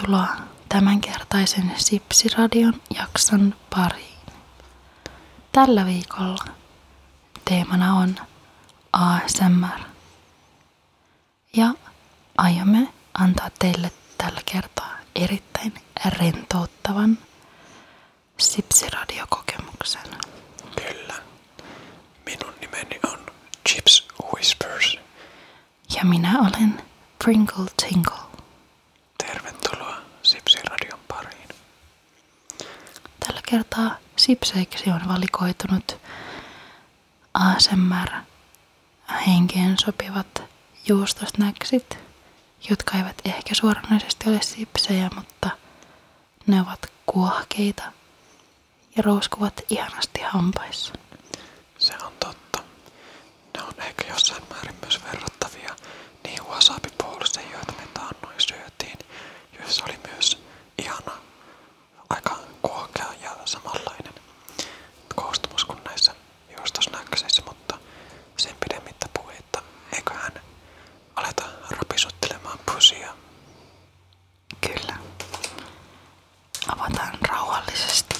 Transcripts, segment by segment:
Tervetuloa tämänkertaisen Sipsiradion jakson pariin. Tällä viikolla teemana on ASMR. Ja aiomme antaa teille tällä kertaa erittäin rentouttavan Sipsiradiokokemuksen. Kyllä. Minun nimeni on Chips Whispers. Ja minä olen Pringle Tingle. Tervetuloa Sipsiradion pariin. Tällä kertaa Sipseiksi on valikoitunut ASMR-henkeen sopivat juustosnäksit, jotka eivät ehkä suoranaisesti ole sipsejä, mutta ne ovat kuohkeita ja rouskuvat ihanasti hampaissa. Se on totta. Ne on ehkä jossain määrin myös verrattavia niihin wasabi-bowlseihin, joita me taannoin syötiin, joissa oli myös ihana, aika kuohkea ja samanlainen koostumus kuin näissä juustosnäkseissä, mutta sen pidemmittä puheitta eiköhän aleta rapisuttelemaan pusia. Kyllä. Avataan rauhallisesti.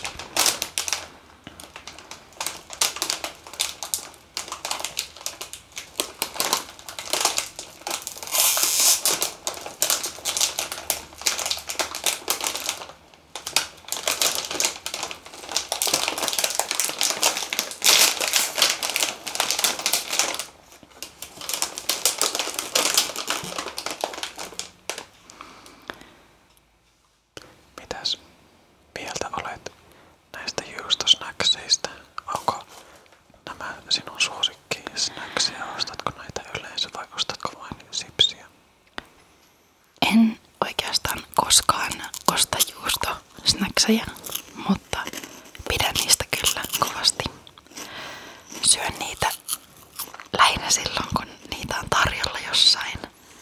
Mitäs mieltä olet näistä juustosnäkseistä? Onko nämä sinun suosikkisnäksiä? Ostatko näitä yleensä vai ostatko vain sipsiä? En oikeastaan koskaan osta juustosnäksejä, mutta pidän niistä kyllä kovasti. Syön niitä lähinnä silloin, kun niitä on tarjolla jossain.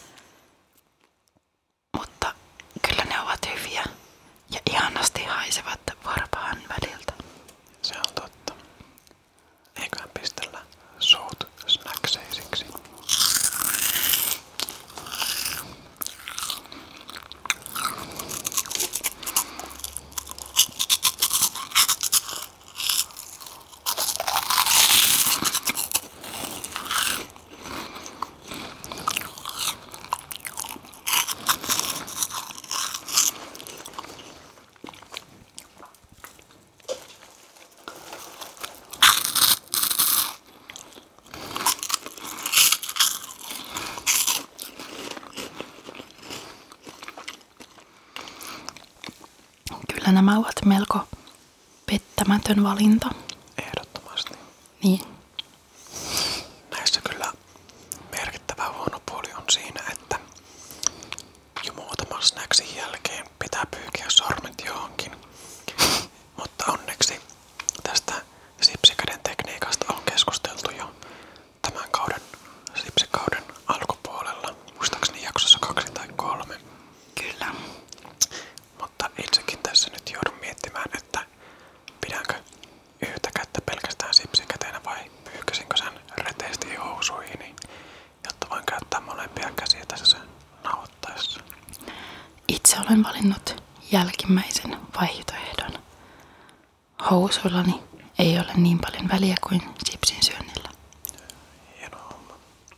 Mutta kyllä ne ovat hyviä ja ihanasti haisevat varpaan väliltä. Se on totta. Eiköhän pistellä suut snäkseisiksi. Kyllä nämä ovat melko pettämätön valinta. Ehdottomasti. Niin, Näissä kyllä merkittävä huono puoli on siinä, että jo muutaman snacksin jälkeen pitää pyykiä sormet johonkin. Mutta onneksi tästä sipsikäden tekniikasta on keskusteltu jo tämän kauden sipsikauden alkupuolella. Muistaakseni jaksossa 2 tai 3. kyllä. Mutta itsekin tässä nyt joudun miettimään, että pidänkö yhtä kättä pelkästään sipsikätenä vai pyyhkäsinkö sen reteesti housuihin, jotta voin käyttää molempia käsiä tässä nauhoittaessa. Itse olen valinnut jälkimmäisen vaihtoehdon. Housuillani ei ole niin paljon väliä kuin sipsin syönnillä. Hieno homma.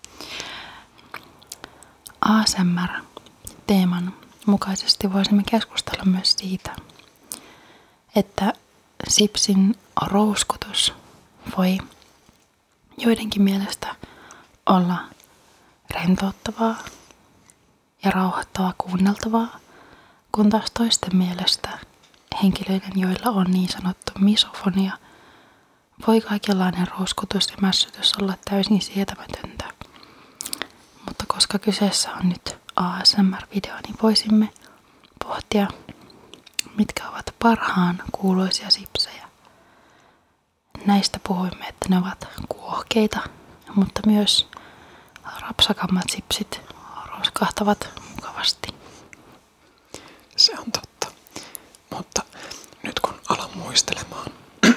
ASMR-teeman mukaisesti voisimme keskustella myös siitä, että sipsin rouskutus voi joidenkin mielestä olla rentouttavaa ja rauhoittavaa kuunneltavaa, kun taas toisten mielestä henkilöiden, joilla on niin sanottu misofonia, voi kaikenlainen rouskutus ja mässytys olla täysin sietämätöntä. Mutta koska kyseessä on nyt ASMR-video, niin voisimme pohtia, mitkä ovat parhaan kuuluisia sipsejä. Näistä puhuimme, että ne ovat kuohkeita, mutta myös rapsakammat sipsit rouskahtavat mukavasti. Se on totta. Mutta nyt kun alan muistelemaan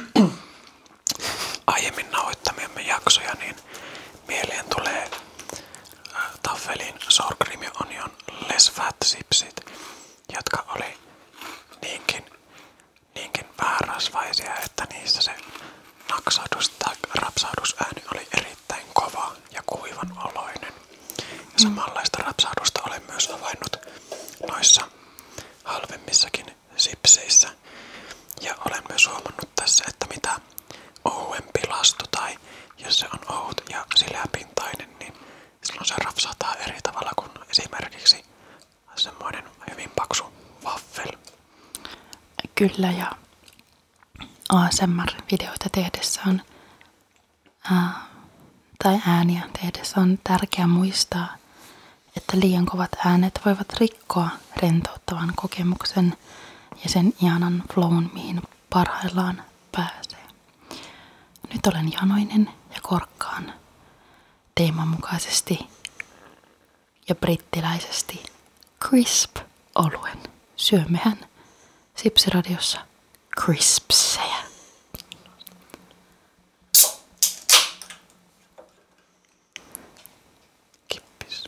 aiemmin nauhoittamiamme jaksoja, niin mieleen tulee Taffelin Sour Cream ja Onion Less Fat Sipsit, jotka oli niinkin vähärasvaisia, että niissä se naksahdus tai rapsahdusääni oli erittäin kova ja kuivan oloinen. Ja samanlaista rapsahdusta olen myös havainnut noissa halvemmissakin sipseissä. Ja olen myös huomannut tässä, että mitä ohuempi lastu tai jos se on ohut ja sileäpintainen, niin silloin se rapsahtaa eri tavalla kuin esimerkiksi semmoinen hyvin paksu waffle. Kyllä, ja ASMR-videoita tehdessä on, tai ääniä tehdessä on tärkeää muistaa, että liian kovat äänet voivat rikkoa rentouttavan kokemuksen ja sen ihanan flown, mihin parhaillaan pääsee. Nyt olen janoinen ja korkkaan teeman mukaisesti ja brittiläisesti crisp-oluen. Syömmehän Sipsiradiossa crispsejä. Kippis.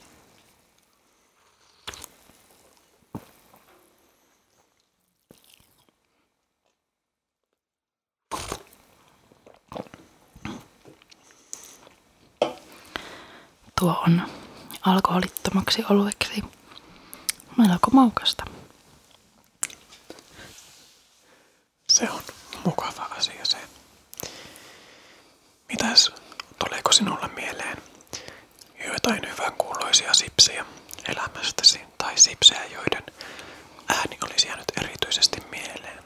Tuo on alkoholittomaksi olueksi melko maukasta. Se on mukava asia se. Mitäs, tuleeko sinulle mieleen jotain hyvän kuuloisia sipsejä elämästäsi tai sipsejä, joiden ääni olisi jäänyt erityisesti mieleen?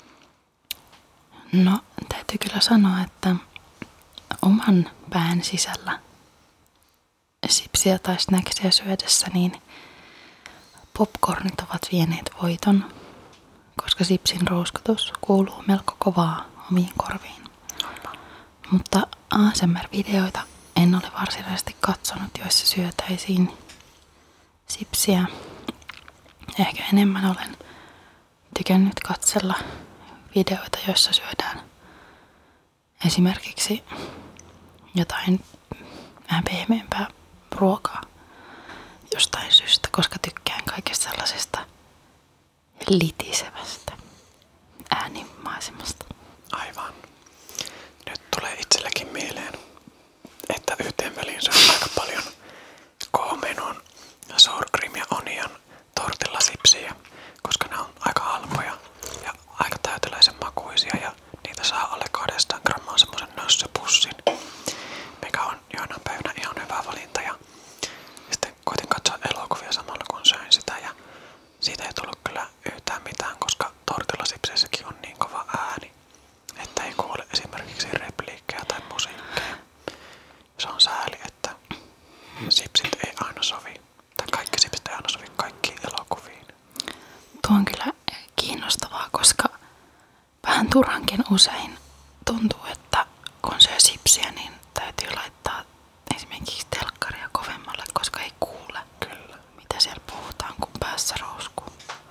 No, täytyy kyllä sanoa, että oman pään sisällä sipsiä tai snacksia syödessä, niin popcornit ovat vieneet voiton, koska sipsin ruuskutus kuuluu melko kovaa omiin korviin. Mutta ASMR-videoita en ole varsinaisesti katsonut, joissa syötäisiin sipsiä. Ehkä enemmän olen tykännyt katsella videoita, joissa syödään esimerkiksi jotain vähän pehmeämpää ruokaa jostain syystä, koska tykkään kaikesta sellaisesta litisevästä äänimaisemasta. Aivan. Nyt tulee itselläkin mieleen, että yhteen väliin se on aika paljon K-menun sour cream ja onion tortillasipsiä, koska ne on aika halpoja ja aika täyteläisen makuisia ja niitä saa alle 200 grammaa semmoisen nössöpussin, mikä on joinain päivänä ihan hyvä valinta. Ja sitten koitin katsoa elokuvia samalla kun söin sitä ja siitä ei tullut kyllä yhtään mitään, koska tortillasipseissäkin on niin kova ääni, että ei kuule esimerkiksi repliikkejä tai musiikkeja. Se on sääli, että sipsit ei aina sovi, tai kaikki sipsit ei aina sovi kaikkiin elokuviin. Tuo on kyllä kiinnostavaa, koska vähän turhankin usein tuntuu, että kun syö sipsiä, niin täytyy laittaa esimerkiksi telkkaria kovemmalle, koska ei kuule, Kyllä. mitä siellä puhutaan, kun päässä rouskuu.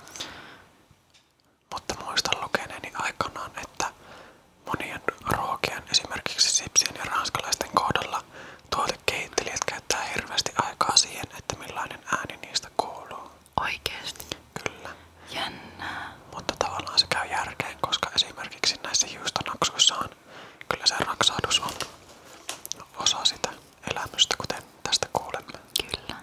Mutta muistan lukeneeni aikanaan, että monien ruokien, esimerkiksi sipsien ja ranskalaisten kohdalla, tuotekehittelijät käyttää hirveästi aikaa siihen, että millainen ääni niistä kuuluu. Oikeesti. Kyllä. Jännää. Mutta tavallaan se käy järkeen, koska esimerkiksi näissä juustonaksuissahan kyllä se raksahdus on osa sitä elämystä, kuten tästä kuulemme. Kyllä.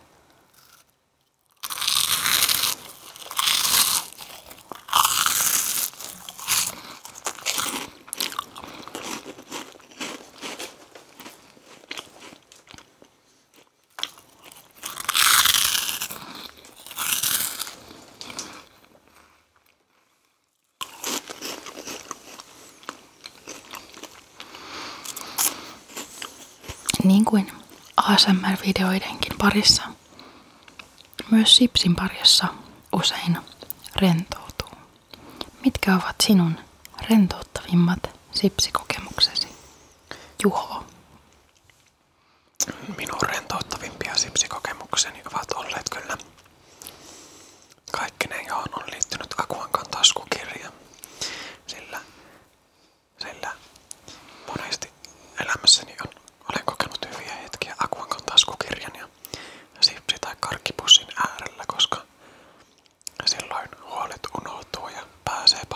Niin kuin ASMR-videoidenkin parissa, myös sipsin parissa usein rentoutuu. Mitkä ovat sinun rentouttavimmat sipsikokemuksesi, Juho? Minun rentouttavimpia sipsikokemukseni ovat olleet kyllä kaikki ne, johon on liittynyt Akuankan taskukirja. Sillä monesti elämässäni olen kokenut hyviä hetkiä Akuankan taskukirjan ja sipsi- tai karkkipussin äärellä, koska silloin huolet unohtuu ja pääsee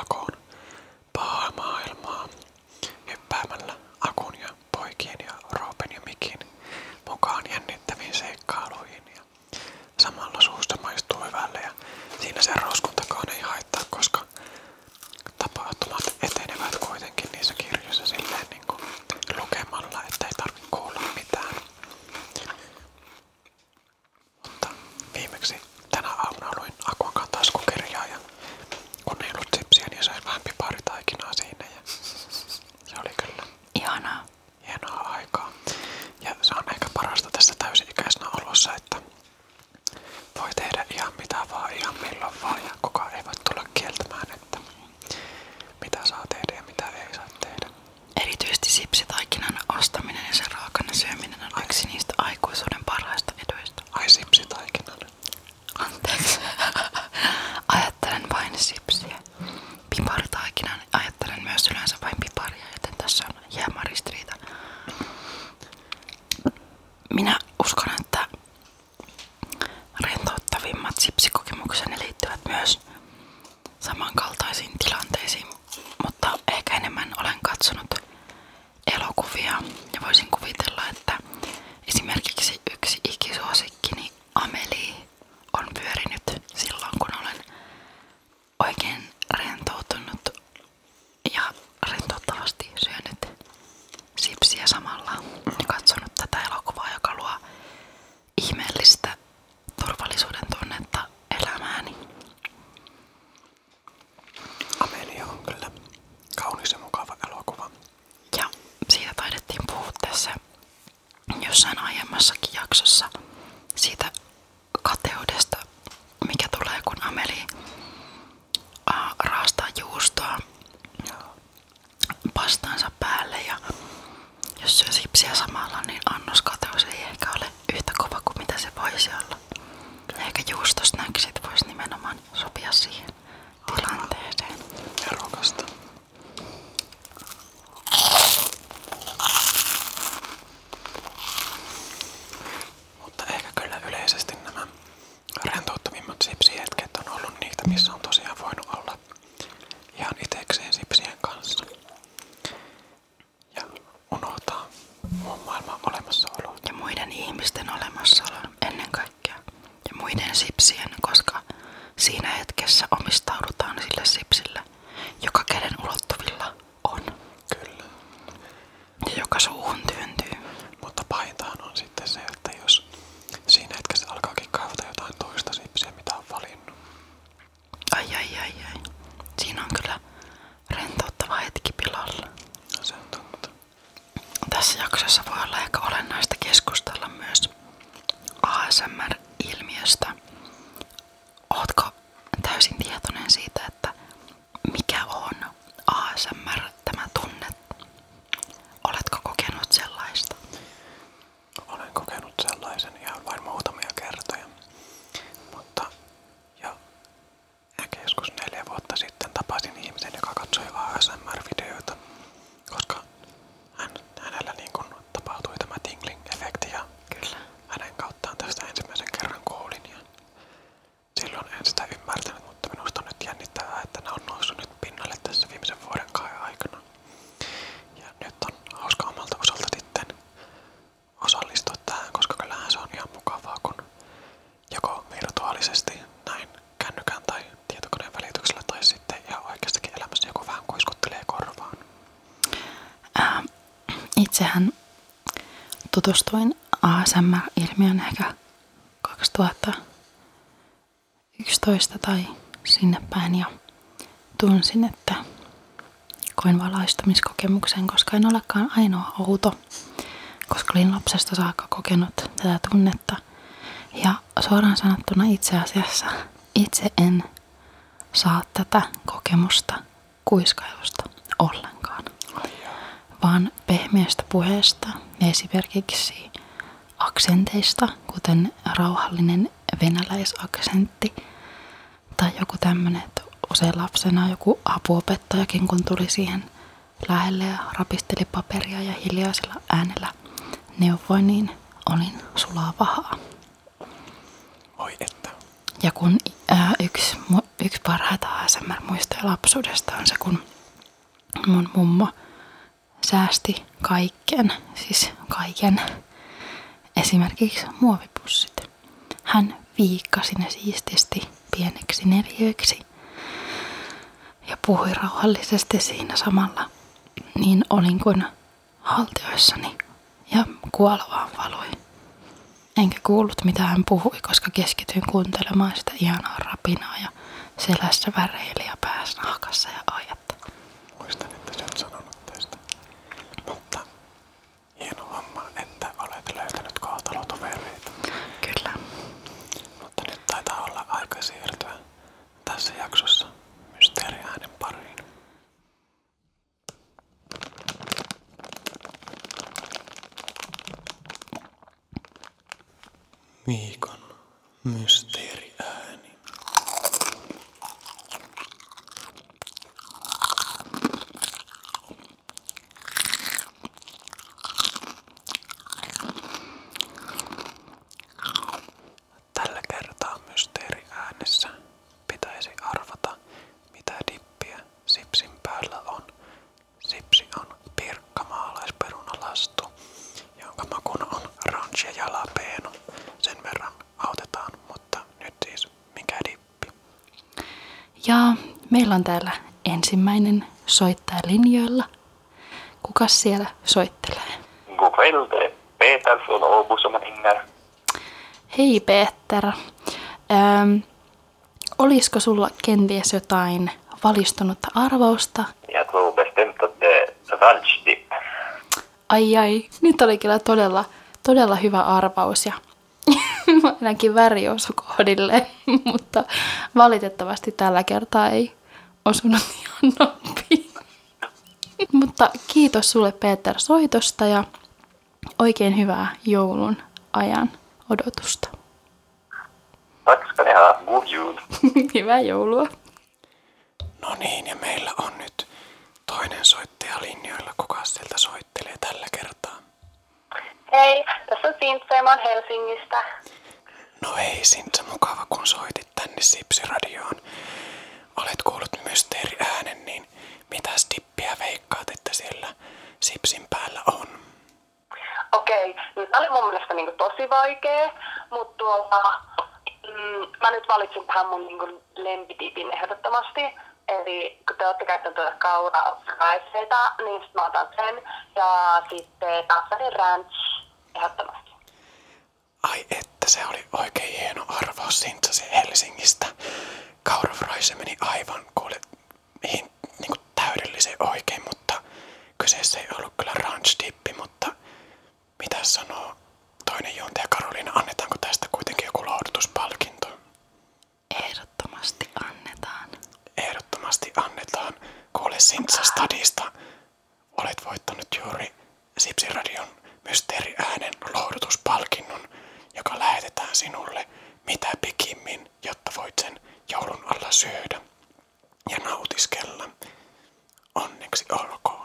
kaunis ja mukava elokuva. Ja siitä taidettiin puhua tässä jossain aiemmassakin jaksossa siitä kateudesta, mikä tulee kun Ameli raastaa juustoa pastansa päälle ja jos syö sipsiä samalla, niin annoskateus ei ehkä ole yhtä kova kuin mitä se voisi olla. Ehkä juustosnäksit voisi nimenomaan sopia siihen tilanteeseen. Nerokasta. Mutta ehkä kyllä yleisesti nämä rentouttavimmat sipsihetket on ollut niitä, missä on tosiaan voinut olla ihan itekseen sipsien kanssa. Ja unohtaa muun maailman olemassaoloa. Ja muiden ihmisten olemassaolon ennen kaikkea. Ja muiden sipsien, koska siinä hetkessä omistaudutaan sille sipsille, joka käden ulottuvilla on. Kyllä. Ja joka suuhun työntyy. Mutta pahintahan on sitten se, että jos siinä hetkessä alkaakin kaivata jotain toista sipsiä, mitä on valinnut. Ai. Siinä on kyllä rentouttava hetki pilalla. Se on totta. Tässä jaksossa voi olla ehkä olennaista keskustella myös ASMR-ilmiöstä. Ootko täysin tietoinen siitä, että mikä on ASMR, tämä tunne? Oletko kokenut sellaista? Olen kokenut sellaisen ihan vain muutamia kertoja. Mutta jo ehkä joskus 4 vuotta sitten tapasin ihmisen, joka katsoi ASMR-videoita, koska hänellä niin kuin tapahtui tämä tingling-efekti ja Kyllä. hänen kauttaan tästä ensimmäisen kerran kuulin. Ja silloin en sitä ymmärtänyt, mutta minusta on nyt jännittävää, että ne on noussut nyt pinnalle tässä viimeisen vuoden aikana. Ja nyt on hauska omalta osalta sitten osallistua tähän, koska kyllähän se on ihan mukavaa, kun joko virtuaalisesti näin kännykän tai tietokoneen välityksellä tai sitten ihan oikeastakin elämässä joku vähän kuiskuttelee korvaan. Itsehän tutustuin ASMR-ilmiön ehkä 2011 tai sinne päin ja tunsin, että koin valaistumiskokemuksen, koska en olekaan ainoa outo, koska olin lapsesta saakka kokenut tätä tunnetta. Ja suoraan sanottuna itse asiassa itse en saa tätä kokemusta kuiskailusta ollenkaan, vaan pehmeästä puheesta ja esimerkiksi aksenteista, kuten rauhallinen venäläisaksentti tai joku tämmönen, että usein lapsena joku apuopettajakin, kun tuli siihen lähelle ja rapisteli paperia ja hiljaisella äänellä neuvoi, niin olin sulaa vahaa. Oi että. Ja kun yksi parhaita ASMR-muistoja lapsuudesta on se, kun mun mummo säästi kaiken, esimerkiksi muovipussit. Hän viikkasi ne siististi pieneksi neliöiksi ja puhui rauhallisesti siinä samalla. Niin olin kuin haltioissani ja kuolo vaan valui. Enkä kuullut mitä hän puhui, koska keskityin kuuntelemaan sitä ihanaa rapinaa ja selässä väreili ja päässä nahkassa ja ajetta. Muistan, että sä oot sanonut tästä. Mutta hieno homma, että olet löytänyt kohtalotovereita. Kyllä. Mutta nyt taitaa olla aika siirtyä tässä jaksossa mysteeriäänen pariin. Viikon mysteeriääni. Tällä kertaa mysteeriäänessä pitäisi arvata, mitä dippiä sipsin päällä on. Sipsi on pirkkamaalaisperinalastu, jonka makuna on ranch ja jalapeno. Sen verran autetaan, mutta nyt siis mikä dippi? Ja meillä on täällä ensimmäinen soittaja linjoilla. Kukas siellä soittelee? God kväll, det är Peter från Åbo som ringer. Hei Peter. Olisiko sulla kenties jotain valistunutta arvausta? Jag tror bestämt ranch-dip. Ai, nyt oli kyllä todella hyvä arvaus ja ainakin väri osui kohdilleen, mutta valitettavasti tällä kertaa ei osunut ihan nappiin. Mutta kiitos sulle Peter soitosta ja oikein hyvää joulun ajan odotusta. Tack ska ni ha. God jul. Hyvää joulua. No niin, ja meillä on nyt toinen soittaja linjoilla. Kuka sieltä soittelee tällä kertaa? Hei, tässä on Sintse, mä oon Helsingistä. No hei Sintsa, mukava kun soitit tänne Sipsiradioon. Olet kuullut mysteeriäänen, niin mitäs dippiä veikkaat, että siellä Sipsin päällä on? Okei, nyt tää oli mun mielestä tosi vaikea, mutta mä nyt valitsin tähän mun lempidipin ehdottomasti. Eli kun te olette käyttäneet tuota kauraraiseita, niin sit mä otan sen. Ja sitten Tassarin ranch ehdottomasti. Ai että, se oli oikein hieno arvaus Sintsa Helsingistä. Kaurafraise meni aivan kuule niin täydellisen oikein, mutta kyseessä ei ollut kyllä ranch dippi, mutta mitä sanoo toinen juontaja Karoliina, annetaanko tästä kuitenkin joku lohdutuspalkinto? Ehdottomasti annetaan. Ehdottomasti annetaan. Kuule Sintsa Stadista, olet voittanut juuri Sipsiradion mysteeriäänen lohdutuspalkinnon, joka lähetetään sinulle mitä pikimmin, jotta voit sen joulun alla syödä ja nautiskella. Onneksi olkoon.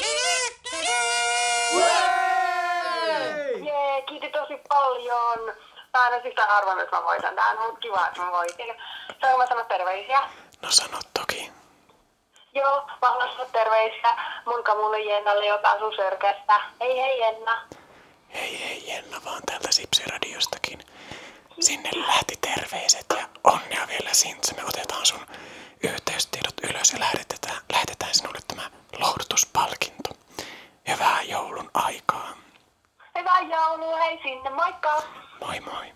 Jee, kiitos tosi paljon. Mä en ole yhtään arvannut, että mä voitan. Tää on ollut kiva, että mä voitin. Saanko mä sanoa terveisiä? No sano toki. Joo, mä haluan sanoa terveisiä mun kamulle Jennalle, joka asuu Sörkästä. Hei Jenna. Hei Jenna vaan täältä Sipsiradiostakin. Sinne lähti terveiset ja onnea vielä Sintsa. Me otetaan sun yhteystiedot ylös ja lähetetään sinulle tämä lohdutuspalkinto. Hyvää joulun aikaa. Hyvää joulua, hei sinne, moikka! Moi moi.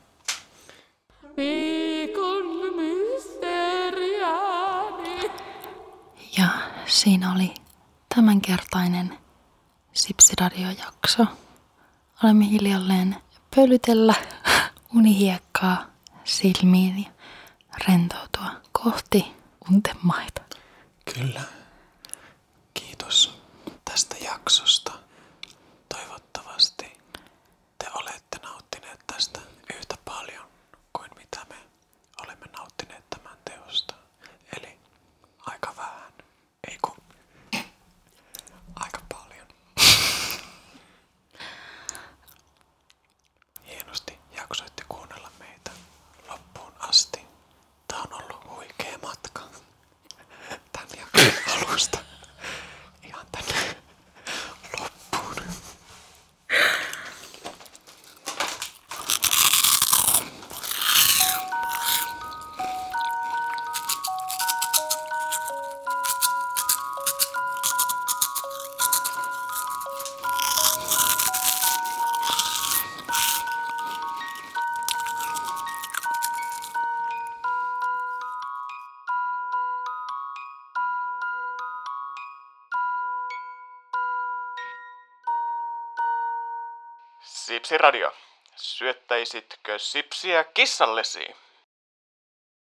Viikon mysteeriääni. Ja siinä oli tämänkertainen Sipsiradio-jakso. Olemme hiljalleen pölytellä unihiekkaa silmiin ja rentoutua kohti untemaita. Kyllä. Kiitos tästä jaksosta. Toivottavasti te olette nauttineet tästä yhtä paljon kuin mitä me olemme nauttineet tämän teosta. Eli aika vähän. Ei kun aika paljon. Hienosti jaksoitte kuunnella meitä loppuun asti. Tää on ollut huikea matka. Tän jakson alusta ihan tänne loppuun. Sipsiradio. Syöttäisitkö sipsiä kissallesi?